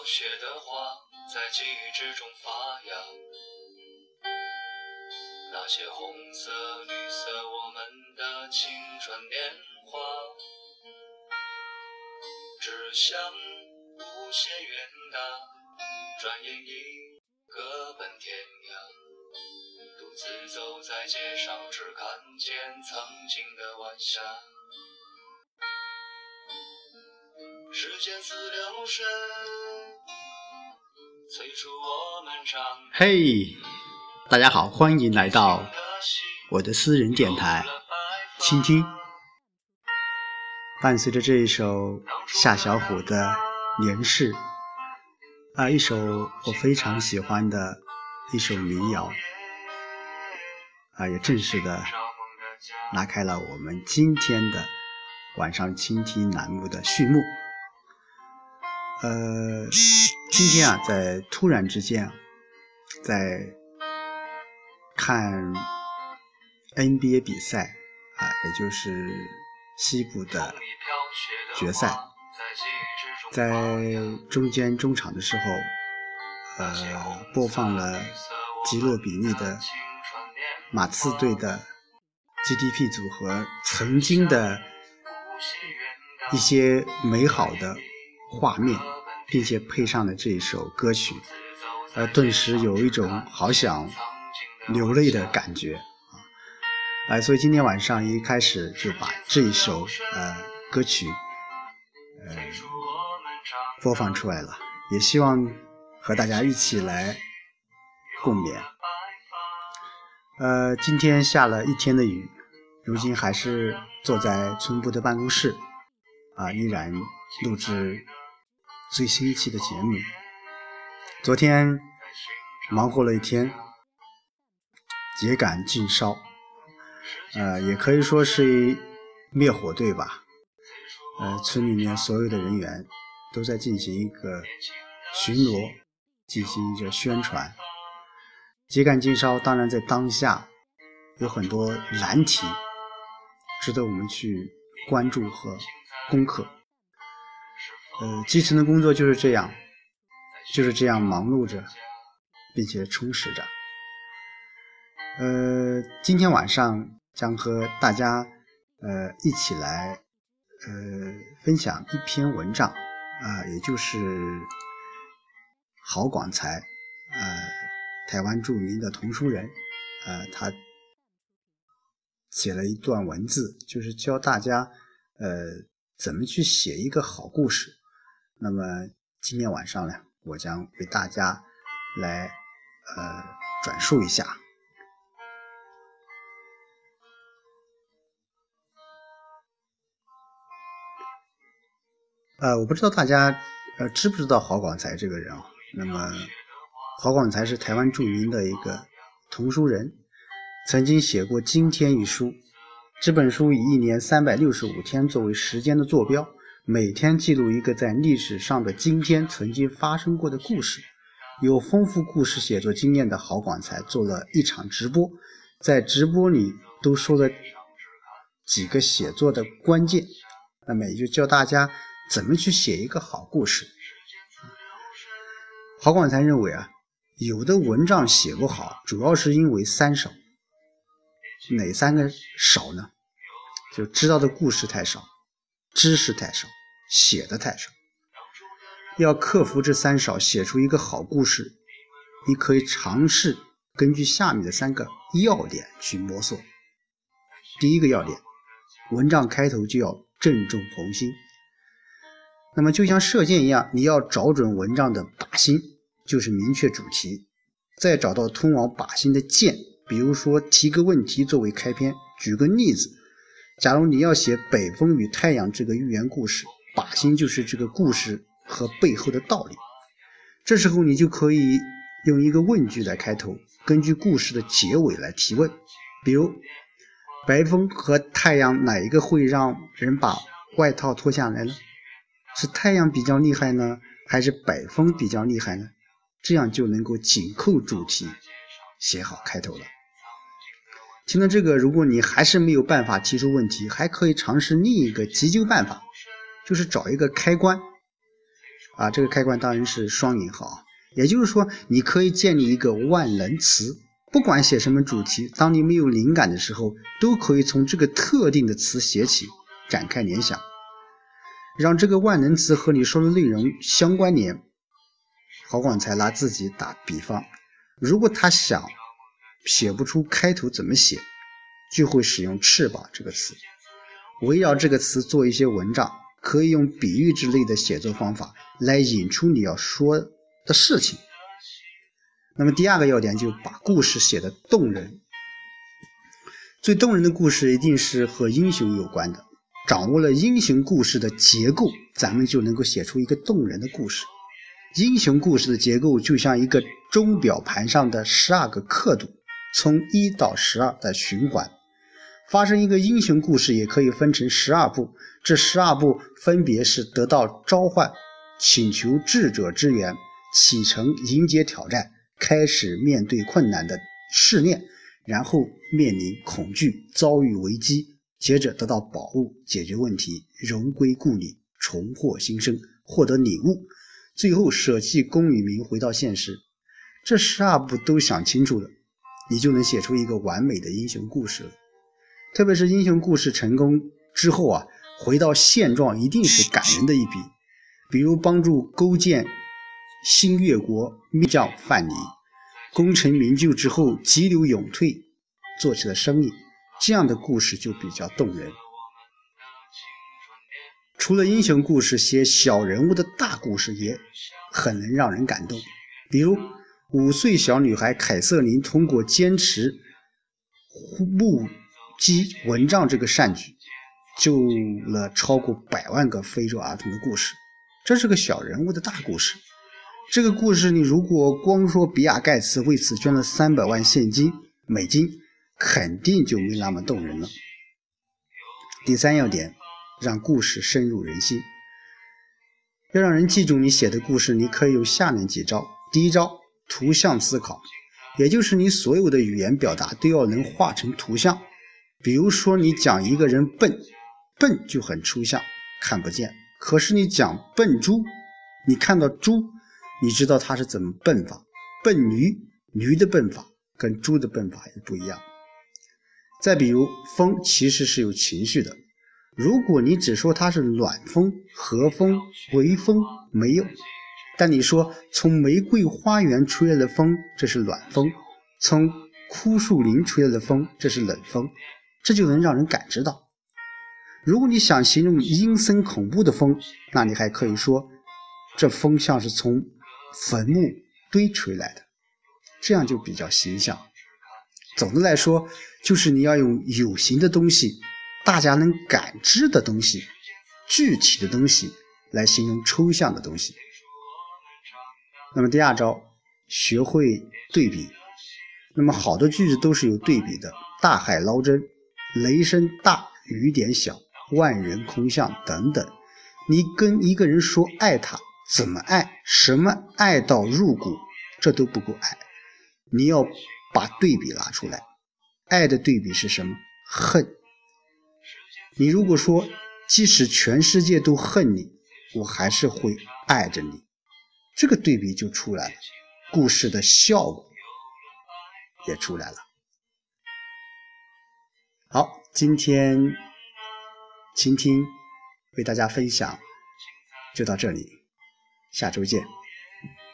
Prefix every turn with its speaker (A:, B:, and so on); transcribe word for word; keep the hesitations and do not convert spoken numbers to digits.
A: 雪的花在记忆之中发芽，那些红色绿色我们的青春年华，只想无限远大，转眼已各奔天涯，独自走在街上，只看见曾经的晚霞。时间似流水，催促我们长。
B: 嘿、hey, 大家好，欢迎来到我的私人电台倾听。伴随着这一首夏小虎的《年世》啊，一首我非常喜欢的一首民谣啊，也正式的拉开了我们今天的晚上倾听栏目的序幕。呃，今天啊，在突然之间，在看 N B A 比赛啊，也就是西部的决赛，在中间中场的时候，呃，播放了吉洛比利的马刺队的 G D P 组合曾经的一些美好的画面，并且配上了这一首歌曲，呃，顿时有一种好想流泪的感觉啊！呃，所以今天晚上一开始就把这一首呃歌曲呃播放出来了，也希望和大家一起来共勉。呃，今天下了一天的雨，如今还是坐在村部的办公室啊，依然录制最新一期的节目。昨天忙活了一天，秸秆尽烧，呃，也可以说是灭火队吧。呃，村里面所有的人员都在进行一个巡逻，进行一个宣传。秸秆尽烧，当然在当下有很多难题值得我们去关注和攻克。呃，基层的工作就是这样，就是这样忙碌着，并且充实着。呃，今天晚上将和大家呃一起来呃分享一篇文章啊、呃，也就是郝广才，呃，台湾著名的童书人，呃，他写了一段文字，就是教大家呃怎么去写一个好故事。那么今天晚上呢，我将为大家来呃转述一下。呃，我不知道大家呃知不知道郝广才这个人啊？那么郝广才是台湾著名的一个童书人，曾经写过《今天》一书。这本书以一年三百六十五天作为时间的坐标，每天记录一个在历史上的今天曾经发生过的故事。有丰富故事写作经验的郝广才做了一场直播，在直播里都说了几个写作的关键，那么也就教大家怎么去写一个好故事。郝广才认为啊，有的文章写不好，主要是因为三少。哪三个少呢？就知道的故事太少，知识太少，写的太少。要克服这三少，写出一个好故事，你可以尝试根据下面的三个要点去摸索。第一个要点，文章开头就要正中红心。那么就像射箭一样，你要找准文章的靶心，就是明确主题，再找到通往靶心的箭。比如说提个问题作为开篇，举个例子，假如你要写北风与太阳这个寓言故事，靶心就是这个故事和背后的道理。这时候你就可以用一个问句来开头，根据故事的结尾来提问。比如北风和太阳哪一个会让人把外套脱下来呢？是太阳比较厉害呢，还是北风比较厉害呢？这样就能够紧扣主题，写好开头了。听了这个，如果你还是没有办法提出问题，还可以尝试另一个急救办法，就是找一个开关啊，这个开关当然是双引号，也就是说你可以建立一个万能词，不管写什么主题，当你没有灵感的时候，都可以从这个特定的词写起，展开联想，让这个万能词和你说的内容相关联。郝广才拿自己打比方，如果他想写不出开头怎么写，就会使用翅膀这个词，围绕这个词做一些文章，可以用比喻之类的写作方法来引出你要说的事情。那么第二个要点，就把故事写得动人。最动人的故事一定是和英雄有关的，掌握了英雄故事的结构，咱们就能够写出一个动人的故事。英雄故事的结构就像一个钟表盘上的十二个刻度，从一到十二的循环。发生一个英雄故事也可以分成十二步，这十二步分别是得到召唤、请求智者之援、启程迎接挑战、开始面对困难的试炼，然后面临恐惧、遭遇危机，接着得到宝物、解决问题、荣归故里、重获新生、获得领悟，最后舍弃功与名回到现实。这十二步都想清楚了，你就能写出一个完美的英雄故事了。特别是英雄故事成功之后啊，回到现状一定是感人的一笔。比如帮助勾践新越国灭将范蠡，功成名就之后急流勇退，做起了生意，这样的故事就比较动人。除了英雄故事，写小人物的大故事也很能让人感动。比如五岁小女孩凯瑟琳通过坚持目击蚊帐这个善举，救了超过百万个非洲儿童的故事，这是个小人物的大故事。这个故事你如果光说比尔盖茨为此捐了三百万现金美金，肯定就没那么动人了。第三要点，让故事深入人心。要让人记住你写的故事，你可以有下面几招。第一招，图像思考，也就是你所有的语言表达都要能画成图像。比如说你讲一个人笨，笨就很抽象，看不见。可是你讲笨猪，你看到猪，你知道它是怎么笨法。笨驴，驴的笨法跟猪的笨法也不一样。再比如风其实是有情绪的，如果你只说它是暖风、和风、微风，没有。但你说从玫瑰花园吹来的风，这是暖风；从枯树林吹来的风，这是冷风，这就能让人感知到。如果你想形容阴森恐怖的风，那你还可以说这风像是从坟墓堆吹来的，这样就比较形象。总的来说，就是你要用有形的东西，大家能感知的东西，具体的东西来形容抽象的东西。那么第二招，学会对比。那么好的句子都是有对比的，大海捞针、雷声大雨点小、万人空巷等等。你跟一个人说爱他，怎么爱，什么爱到入骨，这都不够爱。你要把对比拿出来。爱的对比是什么？恨。你如果说即使全世界都恨你，我还是会爱着你，这个对比就出来了，故事的效果也出来了。好，今天倾听为大家分享就到这里，下周见。